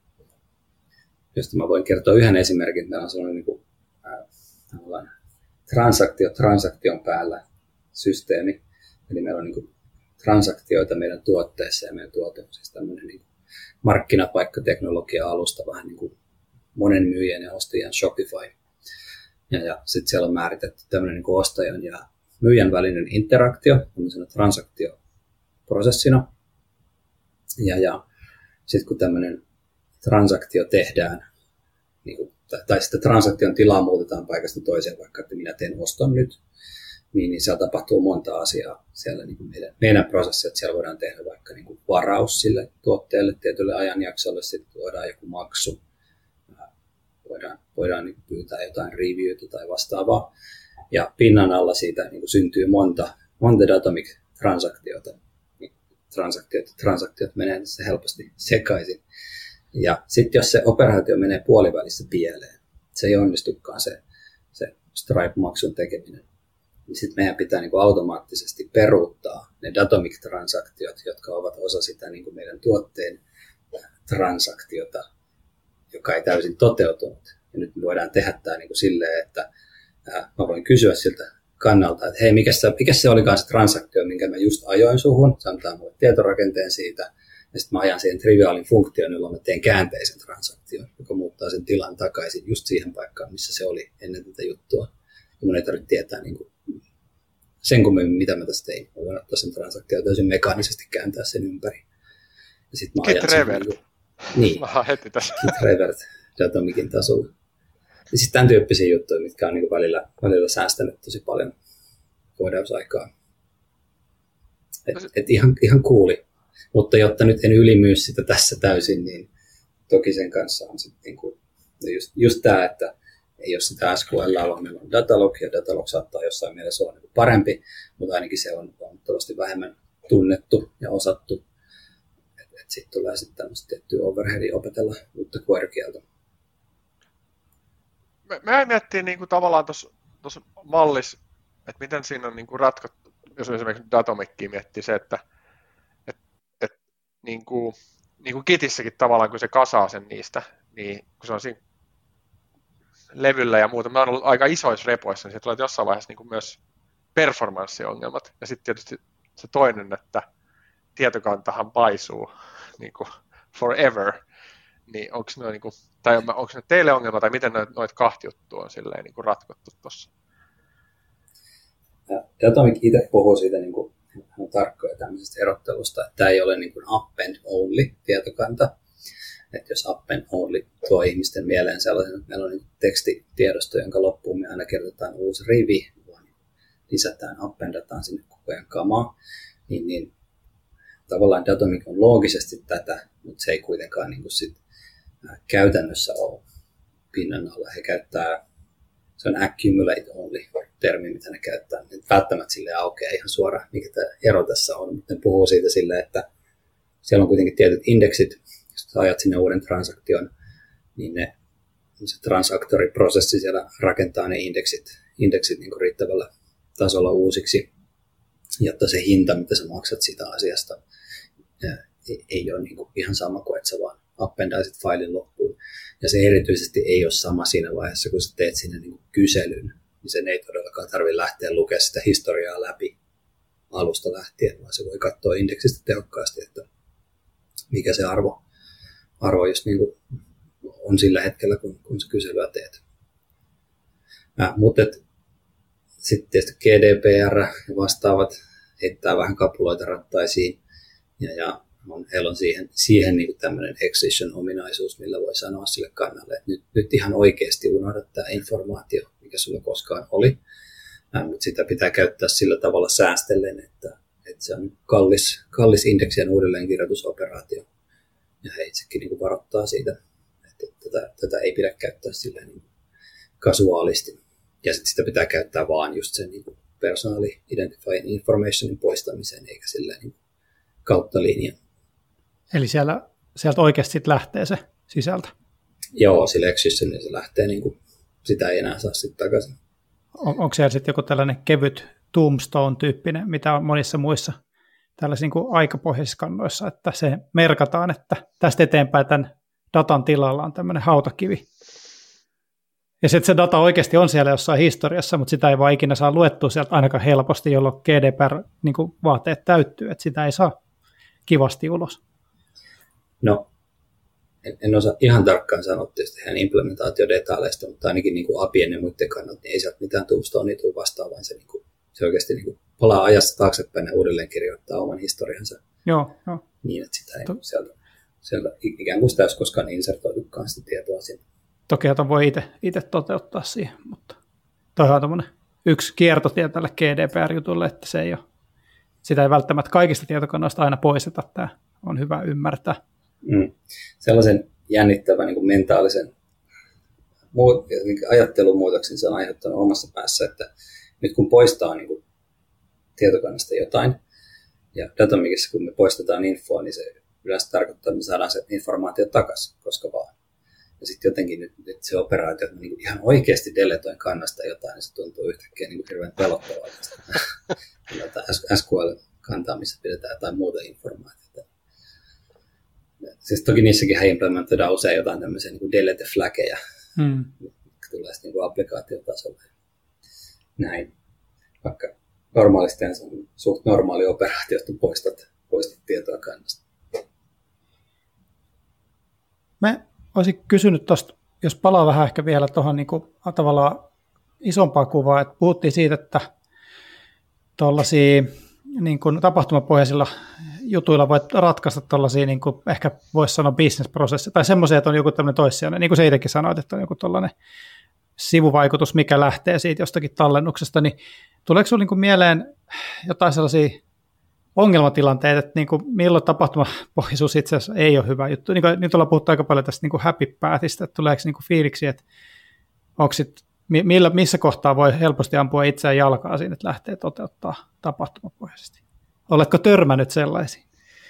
Josta mä voin kertoa yhden esimerkin, meillä on sellainen niin kuin, ää, transaktio transaktion päällä systeemi, eli meillä on niin kuin transaktioita meidän tuotteessa ja meidän tuote on siis tämmöinen niin kuin markkinapaikkateknologia-alusta vähän niin kuin monen myyjän ja ostajan Shopify. Ja, ja sitten siellä on määritetty tämmöinen niin kuin ostajan ja myyjän välinen interaktio tämmöisenä transaktioprosessina. Ja, ja sitten kun tämmöinen transaktio tehdään, niin kuin, tai, tai sitten transaktion tilaa muutetaan paikasta toiseen, vaikka että minä teen oston nyt, niin, niin siellä tapahtuu monta asiaa siellä niin kuin meidän, meidän prosessi, että siellä voidaan tehdä vaikka niin kuin varaus sille tuotteelle tietylle ajanjaksolle, sitten voidaan joku maksu, voidaan, voidaan niin kuin pyytää jotain reviewtä tai vastaavaa, ja pinnan alla siitä niin kuin syntyy monta, monta Datomic-transaktiota. Transaktiot, transaktiot menee tässä helposti sekaisin. Ja sitten jos se operaatio menee puolivälissä pieleen, se ei onnistukaan se, se Stripe-maksun tekeminen, niin sitten meidän pitää niin kuin automaattisesti peruuttaa ne Datomic-transaktiot, jotka ovat osa sitä niin kuin meidän tuotteen transaktiota, joka ei täysin toteutunut. Ja nyt me voidaan tehdä tämä niin kuin silleen, että ää, mä voin kysyä siltä kannalta, että hei, mikä se, mikä se olikaan se transaktio, minkä mä just ajoin suhun, se antaa mulle tietorakenteen siitä, ja sitten mä ajan siihen triviaalin funktion, jolla mä teen käänteisen transaktion, joka muuttaa sen tilan takaisin just siihen paikkaan, missä se oli ennen tätä juttua. Ja mun ei tarvitse tietää niin kuin sen kummemmin, mitä mä tässä tein. Mä voin ottaa sen transaktion täysin mekaanisesti kääntää sen ympäri. Ja sit mä ajan sen niin kuin, niin, heti tässä. Git revert Datomicin tasolla. Ja sitten tämän tyyppisiä juttuja, mitkä on niin kuin välillä, välillä säästänyt tosi paljon koodausaikaa. Et, et ihan, ihan cooli, Mutta jotta nyt en ylimyy sitä tässä täysin, niin toki sen kanssa on sitten niin kuin, just, just tämä, että ei ole sitä S Q L, vaan meillä on Datalog, ja Datalog saattaa jossain mielessä olla parempi, mutta ainakin se on huomattavasti vähemmän tunnettu ja osattu. Että et sitten tulee sitten tämmöistä tiettyä overheadia opetella uutta query-kieltä. Me, me miettii niin kuin tavallaan tuossa mallissa, että miten siinä on niin kuin ratkottu, jos esimerkiksi Datomickia miettii se, että et, et, niin kuin, niin kuin Gitissäkin tavallaan, kun se kasaa sen niistä, niin kun se on siinä levyllä ja muuta, mä oon ollut aika isoissa repoissa, niin se tulee jossain vaiheessa niin kuin myös performanssiongelmat. Ja sitten tietysti se toinen, että tietokantahan paisuu niin kuin forever, niin onko ne, niin kuin, tai onko ne teille ongelma, tai miten noita noit kahta juttua on silleen, niin kuin ratkottu tuossa? Datomic itse puhuu siitä niin kuin, on tarkkoja tämmöisestä erottelusta, että tämä ei ole niin kuin append only tietokanta. Että jos append only tuo ihmisten mieleen sellaisen, että meillä on niin tekstitiedosto, jonka loppuun me aina kirjoitetaan uusi rivi, vaan lisätään, appendataan sinne koko ajan kamaa, niin, niin tavallaan Datomic on loogisesti tätä, mutta se ei kuitenkaan niin kuin sit, äh, käytännössä ole pinnan alla. He käyttää, se on accumulate only termi, mitä ne käyttää. Et välttämättä sille aukeaa ihan suoraan, mikä tämä ero tässä on, mutta ne puhuu siitä silleen, että siellä on kuitenkin tietyt indeksit. Jos sä ajat sinne uuden transaktion, niin ne, se transaktoriprosessi siellä rakentaa ne indeksit, indeksit niin kuin riittävällä tasolla uusiksi, jotta se hinta, mitä sä maksat siitä asiasta, ei ole niin kuin ihan sama kuin, että sä vaan appendaisit failin loppuun. Ja se erityisesti ei ole sama siinä vaiheessa, kun sä teet sinne niin kuin kyselyn, niin sen ei todellakaan tarvitse lähteä lukemaan sitä historiaa läpi alusta lähtien, vaan se voi katsoa indeksistä tehokkaasti, että mikä se arvo, arvo just niin kuin on sillä hetkellä, kun, kun sä kyselyä teet. Äh, mutta sitten tietysti G D P R ja vastaavat heittää vähän kapuloita rattaisiin, ja, ja on, heillä on siihen, siihen niin kuin tämmöinen excision-ominaisuus, millä voi sanoa sille kannalle, että nyt, nyt ihan oikeasti unohda tämä informaatio, mikä sulla koskaan oli, äh, mutta sitä pitää käyttää sillä tavalla säästellen, että, että se on kallis, kallis indeksien uudelleenkirjoitusoperaatio, ja he itsekin niin kuin varoittaa siitä, että tätä, tätä ei pidä käyttää silleen niin kasuaalisti. Ja sitten sitä pitää käyttää vaan just sen niin personal identifying informationin poistamiseen, eikä silleen niin kautta linjan. Eli siellä, sieltä oikeasti sit lähtee se sisältö? Joo, sillä excisionilla se lähtee, niin kuin, sitä ei enää saa sitten takaisin. On, onko siellä sitten joku tällainen kevyt tombstone-tyyppinen, mitä on monissa muissa tällaisissa niin aikapohjaisissa kannoissa, että se merkataan, että tästä eteenpäin tämän datan tilalla on tämmöinen hautakivi. Ja sitten se data oikeasti on siellä jossain historiassa, mutta sitä ei vaan ikinä saa luettua sieltä ainakaan helposti, jolloin G D P R-vaateet niin täyttyy, että sitä ei saa kivasti ulos. No, en, en osaa ihan tarkkaan sanoa tietysti heidän implementaatiodetaaleista, mutta ainakin niin kuin apien ja muiden kannalta, niin ei sieltä mitään tombstonea tule vastaan, vaan se, niin kuin, se oikeasti niin kuin palaa ajassa taaksepäin ja uudelleen kirjoittaa oman historiansa. Joo, joo. Niin, että sitä ei to- sieltä, sieltä ikään kuin sitä olisi koskaan insertoitukaan sitä tietoa sinne. Toki ton voi itse toteuttaa siihen, mutta toihan on tommoinen yksi kiertotie tälle G D P R-jutulle, että se ei ole, sitä ei välttämättä kaikista tietokannoista aina poisteta, tämä on hyvä ymmärtää. Mm. Sellaisen jännittävän niin kuin mentaalisen muut, ajattelumuutoksen se on aiheuttanut omassa päässä, että nyt kun poistaa niin kuin tietokannasta jotain, ja Datomicissa kun me poistetaan infoa, niin se yleensä tarkoittaa, että me saadaan se informaatio takaisin, koska vaan. Ja sitten jotenkin nyt, nyt se operaatio, että mä niin ihan oikeasti deletoin kannasta jotain, niin se tuntuu yhtäkkiä niin hirveän pelottavalta. S Q L-kantaa, missä pidetään jotain muuta informaatiota. Siis toki niissäkin he implementoidaan usein jotain tämmöisiä niin delete-flaggeja, hmm. jotka tulee sitten niin applikaatiotasolla. Näin. Vaikka normaalisti se on suht normaali operaatio, että poistat, poistat tietoa kannasta. Me olisin kysynyt tuosta, jos palaa vähän ehkä vielä tuohon niin kuin, tavallaan isompaa kuvaa, että puhuttiin siitä, että tuollaisia niin kuin tapahtumapohjaisilla jutuilla voit ratkaista tuollaisia, niin kuin ehkä voisi sanoa business-prosesseja, tai semmoisia, että on joku tämmöinen toissijainen, niin kuin sä itsekin sanoit, että on joku tuollainen sivuvaikutus, mikä lähtee siitä jostakin tallennuksesta, niin tuleeko sinulle niin kuin mieleen jotain sellaisia ongelmatilanteet, että niin kuin milloin tapahtumapohjaisuus itse asiassa ei ole hyvä juttu. Niin kuin, nyt ollaan puhuttu aika paljon tästä niin kuin happy pathista, että tuleeko niin kuin fiiliksi, että onko sit, millä, missä kohtaa voi helposti ampua itseään jalkaa siinä, että lähtee toteuttaa tapahtumapohjaisesti. Oletko törmännyt sellaisiin?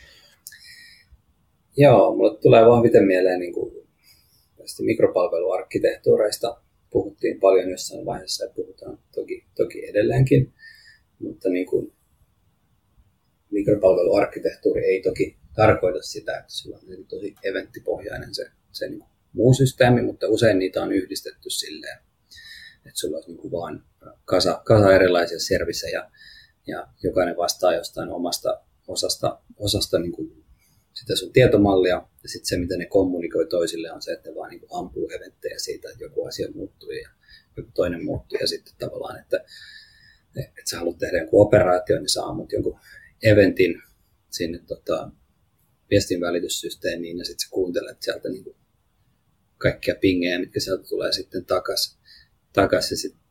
Joo, mulle tulee vahviten mieleen niin kuin tästä mikropalveluarkkitehtuureista. Puhuttiin paljon jossain vaiheessa ja puhutaan toki, toki edelleenkin, mutta niin kuin mikropalveluarkkitehtuuri ei toki tarkoita sitä, että sulla on tosi eventtipohjainen se, se niin kuin muu systeemi, mutta usein niitä on yhdistetty silleen, että sulla on niin kuin vaan kasa, kasa erilaisia servisejä ja jokainen vastaa jostain omasta osasta, osasta niin kuin sitä sun tietomallia, ja sitten se, mitä ne kommunikoi toisille, on se, että ne vaan niin kuin ampuu eventtejä siitä, että joku asia muuttuu ja joku toinen muuttuu, ja sitten tavallaan, että, että sä haluat tehdä jonkun operaation, niin sä ammut jonkun eventin sinne tota, viestinvälityssysteemiin, ja sitten sä kuuntelet sieltä niin kuin kaikkia pingejä, mitkä sieltä tulee sitten takaisin. Takas, ja sit,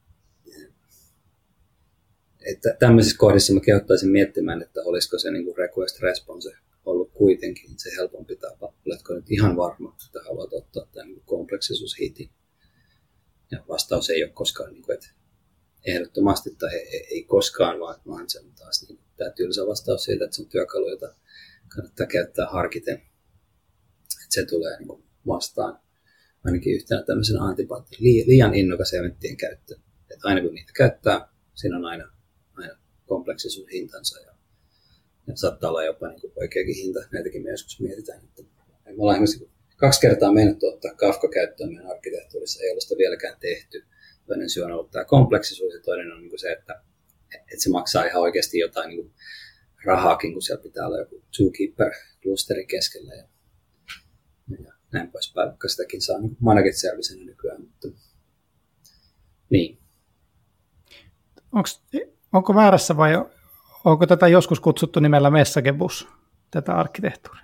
että tämmöisissä kohdissa mä kehottaisin miettimään, että olisiko se niin kuin request response ollut kuitenkin se helpompi tapa. Oletko nyt ihan varma, että haluat ottaa tämän niin kompleksisuushitin? Ja vastaus ei ole koskaan, niin kuin, että ehdottomasti tai ei, ei koskaan, vaan, vaan se on taas niin tämä tylsä vastaus siitä, että se on työkalu, jota kannattaa käyttää harkiten. Että se tulee niin kuin vastaan ainakin yhtenä tämmöisenä antipaattinen liian innokas eventtien käyttö. Että aina kun niitä käyttää, siinä on aina, aina kompleksisuushintansa ja ja saattaa olla jopa niin kuin oikeakin hinta. Näitäkin me joskus mietitään. Että me ollaan esimerkiksi kaksi kertaa meinattu ottaa Kafka käyttöön meidän arkkitehtuurissa. Ei ole sitä vieläkään tehty. Toinen syy on ollut tämä kompleksisuus ja toinen on niin kuin se, että, että se maksaa ihan oikeasti jotain niin kuin rahaakin, kun siellä pitää olla joku zookeeper-klusteri keskellä ja, ja näin poispäin, vaikka sitäkin saa niin managed servicenä nykyään. Mutta, niin. Onks, onko väärässä vai onko tätä joskus kutsuttu nimellä Messagebus, tätä arkkitehtuuria?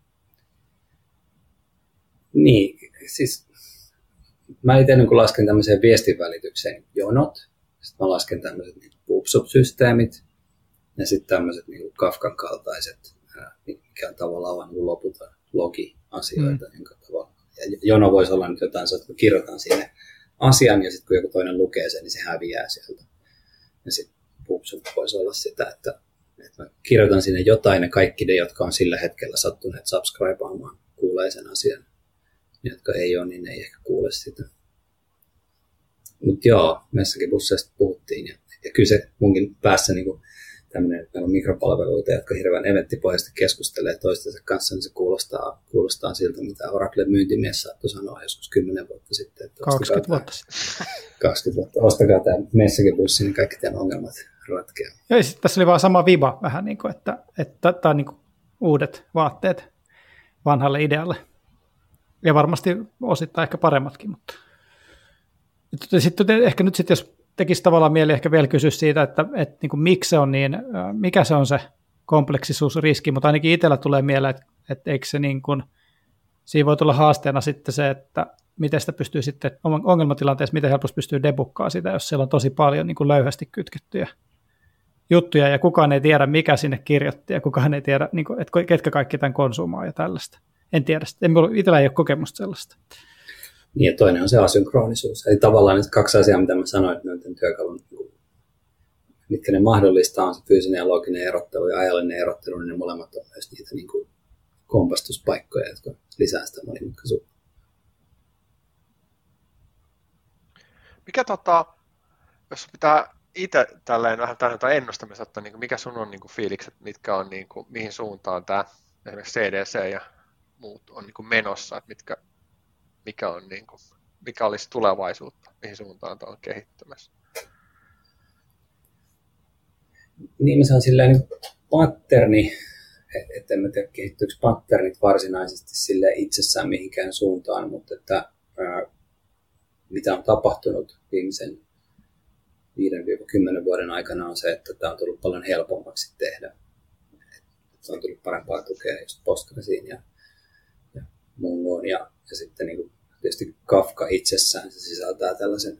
Niin, siis mä itse niin lasken tämmöiseen viestinvälitykseen jonot, sitten mä lasken tämmöiset niin pub-sub-systeemit ja sitten tämmöiset niin Kafkan kaltaiset, mikä on tavallaan vain niin loputon logi-asioita. Mm. Jonka tavalla. Ja jono voisi olla nyt jotain, että kirjoitan sinne asian ja sitten kun joku toinen lukee sen, niin se häviää sieltä. Ja sitten pub-sub voisi olla sitä, että, että mä kirjoitan sinne jotain ja kaikki ne, jotka on sillä hetkellä sattuneet subscribeaamaan, kuulee sen asian. Ne, jotka ei ole, niin ne ei ehkä kuule sitä. Mutta joo, Messagebusseista puhuttiin ja, ja kyllä se munkin päässä niin tämmöinen, että meillä on mikropalveluita, jotka hirveän eventtipohjaisesti keskustelee toistensa kanssa, niin se kuulostaa, kuulostaa siltä, mitä Oraclen myyntimies saattoi sanoa joskus kymmenen vuotta sitten. Että kaksikymmentä vuotta sitten. kaksikymmentä vuotta. Ostakaa tämä Messagebussi, niin kaikki tämän ongelmat ratkeaa. Ja sitten tässä oli vaan sama viba vähän, niin kuin, että, että tämä on niin kuin uudet vaatteet vanhalle idealle. Ja varmasti osittain ehkä paremmatkin, mutta sitten ehkä nyt sitten, jos tekisi tavallaan mieli ehkä vielä kysyä siitä, että, että niin kuin miksi se on niin, mikä se on se kompleksisuusriski, mutta ainakin itsellä tulee mieleen, että, että eikö se niin kuin, siinä voi tulla haasteena sitten se, että miten sitä pystyy sitten ongelmatilanteessa, miten helposti pystyy debukkaamaan sitä, jos siellä on tosi paljon niin kuin löyhästi kytkettyjä juttuja ja kukaan ei tiedä, mikä sinne kirjoitti ja kukaan ei tiedä, niin kuin, että ketkä kaikki tämän konsumaa ja tällaista. En tiedä, itsellä ei ole kokemusta sellaista. Niin ja toinen on se asynkronisuus. Eli tavallaan nyt kaksi asiaa, mitä mä sanoin, että näiden työkalun, mitkä ne mahdollistaa, on se fyysinen ja looginen erottelu ja ajallinen erottelu, niin ne molemmat on myös niitä niin kuin kompastuspaikkoja, jotka lisää sitä monimutkaisuutta. Mikä tota, jos pitää itse tälleen vähän tämän jotain ennustamista ottaa, niin mikä sun on niin kuin fiilikset, mitkä on, niin kuin, mihin suuntaan tämä esimerkiksi C D C ja muut on niin kuin menossa, että mitkä, mikä, on, niin kuin, mikä olisi tulevaisuutta, mihin suuntaan tämä on kehittymässä? Niin se on silleen niin patterni, että en mä tiedä kehittyykö patternit varsinaisesti sille itsessään mihinkään suuntaan, mutta että ää, mitä on tapahtunut viimeisen viiden kymmenen vuoden aikana on se, että tämä on tullut paljon helpommaksi tehdä. Se on tullut parempaa tukea just Postgresiin ja, ja Mongoon ja, ja sitten niin kuin tietysti Kafka itsessään se sisältää tällaisen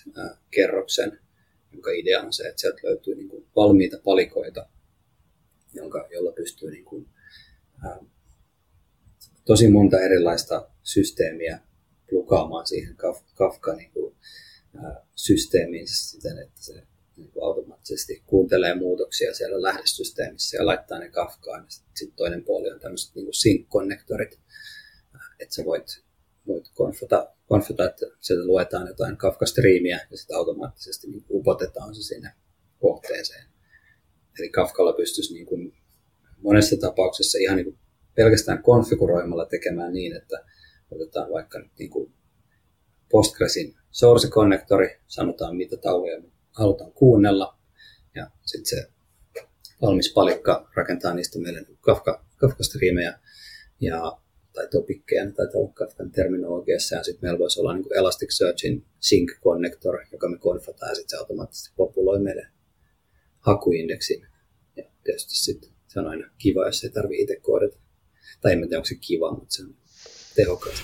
Connect-kerroksen, jonka idea on se, että sieltä löytyy niin kuin valmiita palikoita joka, jolla pystyy niin kuin, ää, tosi monta erilaista systeemiä plukaamaan siihen Kafka niin kuin, ää, systeemiinsä siten, että se niin kuin automaattisesti kuuntelee muutoksia siellä lähdesysteemissä ja laittaa ne Kafkaan. Sitten sit toinen puoli on tämmöiset niin kuin sync-konnektorit, että sä voit, voit konfata, konfata, että sieltä luetaan jotain Kafka-striimiä ja sitten automaattisesti niin kuin upotetaan se sinne kohteeseen. Eli Kafkalla pystyisi niin kuin monessa tapauksessa ihan niin kuin pelkästään konfiguroimalla tekemään niin, että otetaan vaikka nyt niin kuin Postgresin source-konnektori, sanotaan mitä tauluja halutaan kuunnella, ja sitten se valmis palikka rakentaa niistä meille Kafka, Kafka-striimejä ja, tai topikkeja, tai Kafkan terminologiassa, ja sitten meillä voisi olla niin kuin Elasticsearchin sync-konnektor, joka me konfataan, ja sitten se automaattisesti populoi meille hakuindeksin. Ja tietysti sitten se on aina kiva, jos ei tarvitse itse koodata. Tai en tiedä, onko se kiva, mutta se on tehokasta.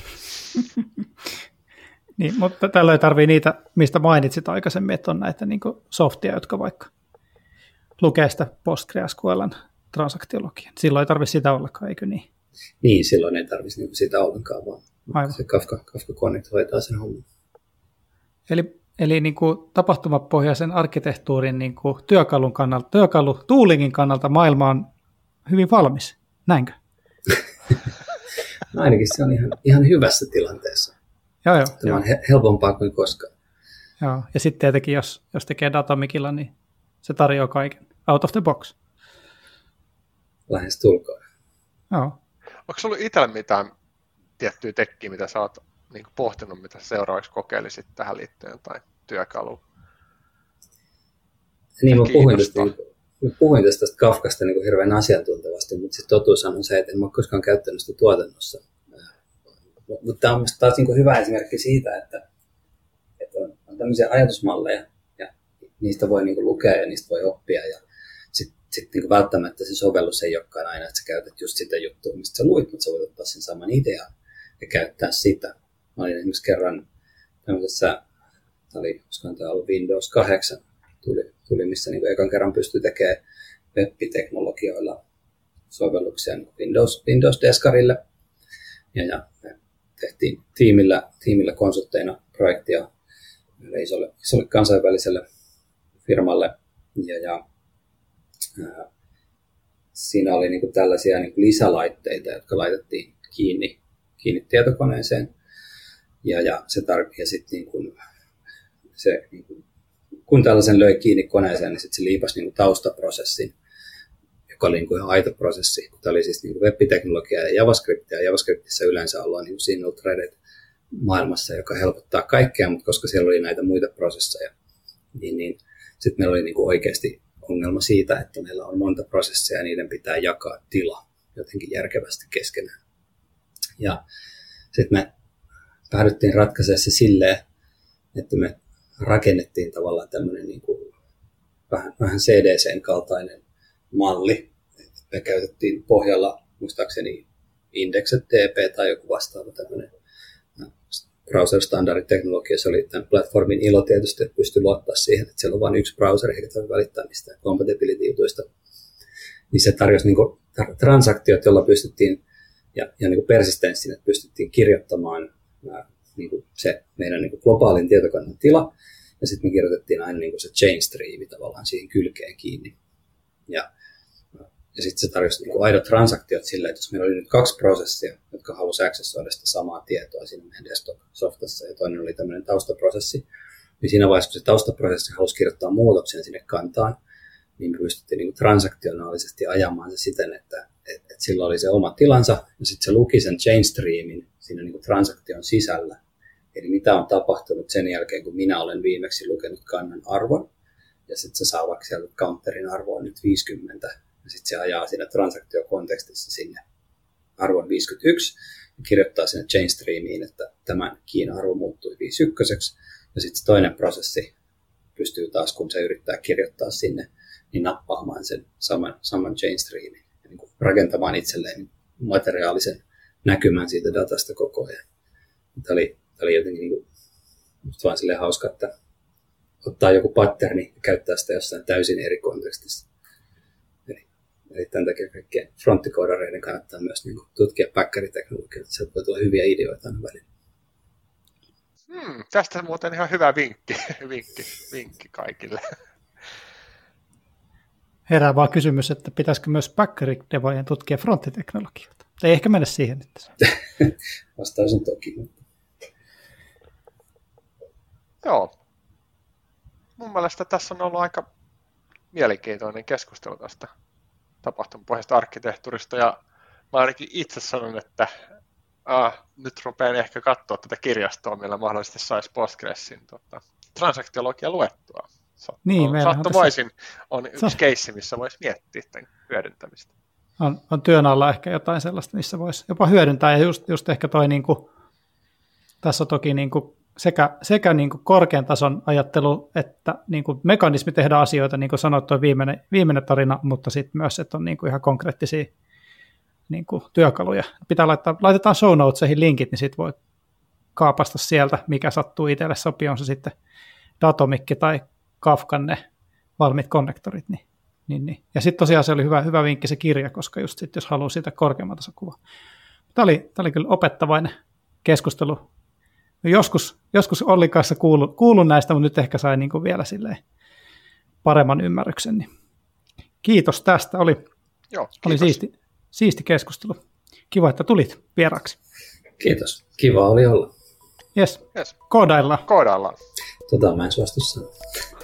Niin, mutta tällä ei tarvitse niitä, mistä mainitsit aikaisemmin, että on näitä niin kuin softia, jotka vaikka lukee sitä PostgreSQLn transaktiologiaa. Silloin ei tarvitse sitä ollenkaan, eikö niin? Niin, silloin ei tarvitse niin sitä ollenkaan, vaan Aivan. Se Kafka, Kafka Connect hoitaa sen homman. Eli, eli niin kuin tapahtumapohjaisen arkkitehtuurin niin kuin työkalun kannalta, työkalu toolingin kannalta maailma on hyvin valmis, näinkö? No ainakin se on ihan, ihan hyvässä tilanteessa. Joo, joo, Tämä joo. on he, helpompaa kuin koskaan. Joo. Ja sitten tietenkin, jos, jos tekee datamikilla, niin se tarjoaa kaiken out of the box. Lähes tulkoon. Joo. Onko sulla itsellä mitään tiettyä tekkiä, mitä sä oot niin kuin pohtinut, mitä seuraavaksi kokeilisit tähän liittyen jotain työkalua? Niin, mä puhuin, tästä, mä puhuin tästä, tästä Kafkasta niin kuin hirveän asiantuntevasti, mutta se totuus on se, että en mä ole koskaan käyttänyt sitä tuotannossa. Mutta tämä on taas niin kuin hyvä esimerkki siitä, että, että on, on tämmöisiä ajatusmalleja ja niistä voi niin kuin lukea ja niistä voi oppia. Ja sitten sit niin kuin välttämättä se sovellus ei olekaan aina, että sä käytät just sitä juttua, mistä sä luit, mutta sä voit ottaa sen saman idean ja käyttää sitä. Mä olin esimerkiksi kerran tämmöisessä, tämä oli, olisikohan tämä ollut Windows kahdeksan, tuli, tuli missä niin kuin ekan kerran pystyi tekemään web-teknologioilla sovelluksia niin Windows, Windows-deskarille. Ja, ja tehtiin tiimillä, tiimillä konsultteina projektia isolle, isolle kansainväliselle firmalle. Ja, ja, ää, siinä oli niin kuin tällaisia niin kuin lisälaitteita, jotka laitettiin kiinni, kiinni tietokoneeseen. Ja, ja, se tar- ja sit niin kuin, se, niin kuin, kun tällaisen löi kiinni koneeseen, niin sit se liipasi niin kuin taustaprosessin, joka oli niin kuin ihan aito prosessi. Tämä oli siis niin kuin web-teknologia ja JavaScriptia. Ja JavaScriptissa yleensä ollaan niin kuin single threaded maailmassa, joka helpottaa kaikkea, mutta koska siellä oli näitä muita prosesseja, niin, niin sitten meillä oli niin kuin oikeasti ongelma siitä, että meillä on monta prosessia ja niiden pitää jakaa tila jotenkin järkevästi keskenään. Ja sitten me päädyttiin ratkaisemaan se silleen, että me rakennettiin tavallaan tämmöinen niin kuin vähän, vähän C D C:n kaltainen malli. Me käytettiin pohjalla, muistaakseni Index.db tai joku vastaava tämmöinen browser-standarditeknologia. Se oli tämän platformin ilo tietysti, että pystyi luottaa siihen, että siellä on vain yksi browser, eikä tarvitse välittää mistään compatibility-jutuista. Niin se tarjosi niin kuin transaktiot, joilla pystyttiin, ja, ja niin kuin persistenssin, että pystyttiin kirjoittamaan ää, niin kuin se meidän niin kuin globaalin tietokannan tila, ja sitten me kirjoitettiin aina niin kuin se chain streami tavallaan siihen kylkeen kiinni. Ja, ja sitten se tarjosi niin kuin aidot transaktiot silleen, että jos meillä oli nyt kaksi prosessia, jotka halusi accessoida sitä samaa tietoa siinä meidän desktop-softassa, ja toinen oli tämmöinen taustaprosessi, niin siinä vaiheessa, kun se taustaprosessi halusi kirjoittaa muutoksen sinne kantaan, niin me pystyttiin niin kuin transaktionaalisesti ajamaan se siten, että, että, että sillä oli se oma tilansa, ja sitten se luki sen chain streamin siinä niin kuin transaktion sisällä. Eli mitä on tapahtunut sen jälkeen, kun minä olen viimeksi lukenut kannan arvon, ja sitten se saa vaikka sieltä counterin arvoa nyt viisikymmentä, ja sitten se ajaa siinä transaktiokontekstissa sinne arvon viisikymmentäyksi, ja kirjoittaa sinne chain streamiin, että tämän kiin arvo muuttui viisikymmentäyksi, ja sitten toinen prosessi pystyy taas, kun se yrittää kirjoittaa sinne, niin nappaamaan sen saman, saman chain streamin, ja niin kuin rakentamaan itselleen materiaalisen näkymän siitä datasta koko ajan. Tämä oli, tämä oli jotenkin niin kuin, vaan silleen hauska, että ottaa joku patterni ja käyttää sitä jossain täysin eri kontekstissa. Eli Eli tämän takia kaikkien fronttikoodareiden kannattaa myös niin kuin tutkia päkkäriteknologiaa. Sieltä voi tulla hyviä ideoita aina välillä. Hmm, tästä muuten ihan hyvä vinkki, vinkki, vinkki kaikille. Herää vaan kysymys, että pitäisikö myös päkkäridevojen tutkia fronttiteknologioita. Ei ehkä mennä siihen nyt. Vastaus on toki. Joo. Mun mielestä tässä on ollut aika mielenkiintoinen keskustelu tästä tapahtumapohjaisesta arkkitehtuurista, ja mä ainakin itse sanon, että ah, nyt rupean ehkä katsoa tätä kirjastoa, millä mahdollisesti saisi Postgresin tota, transaktiologia luettua. Sattu, niin, sattumoisin on yksi on... keissi, missä voisi miettiä tämän hyödyntämistä. On, on työn alla ehkä jotain sellaista, missä voisi jopa hyödyntää, ja just, just ehkä toi, niin kuin, tässä on toki niin kuin sekä, sekä niin kuin korkean tason ajattelu, että niin kuin mekanismi tehdä asioita, niin kuin sanoit, tuo viimeinen, viimeinen tarina, mutta sitten myös, että on niin kuin ihan konkreettisia niin kuin työkaluja. Pitää laittaa, laitetaan show notesihin linkit, niin sitten voi kaapasta sieltä, mikä sattuu itselle sopii, on se sitten Datomikki tai Kafkan ne valmiit konnektorit. Niin, niin, niin. Ja sitten tosiaan se oli hyvä, hyvä vinkki se kirja, koska just sitten, jos haluaa sitä korkeamman tason kuvaa. Tämä oli, tämä oli kyllä opettavainen keskustelu. Joskus, joskus Ollin kanssa kuulun, kuulun näistä, mutta nyt ehkä sai niin kuin vielä silleen paremman ymmärryksen. Niin. Kiitos tästä. Oli, Joo, oli siisti, siisti keskustelu. Kiva, että tulit vieraksi. Kiitos. Kiva oli olla. Jes. Yes. Koodaillaan. Koodaillaan. Tota mä en suostu sanoa.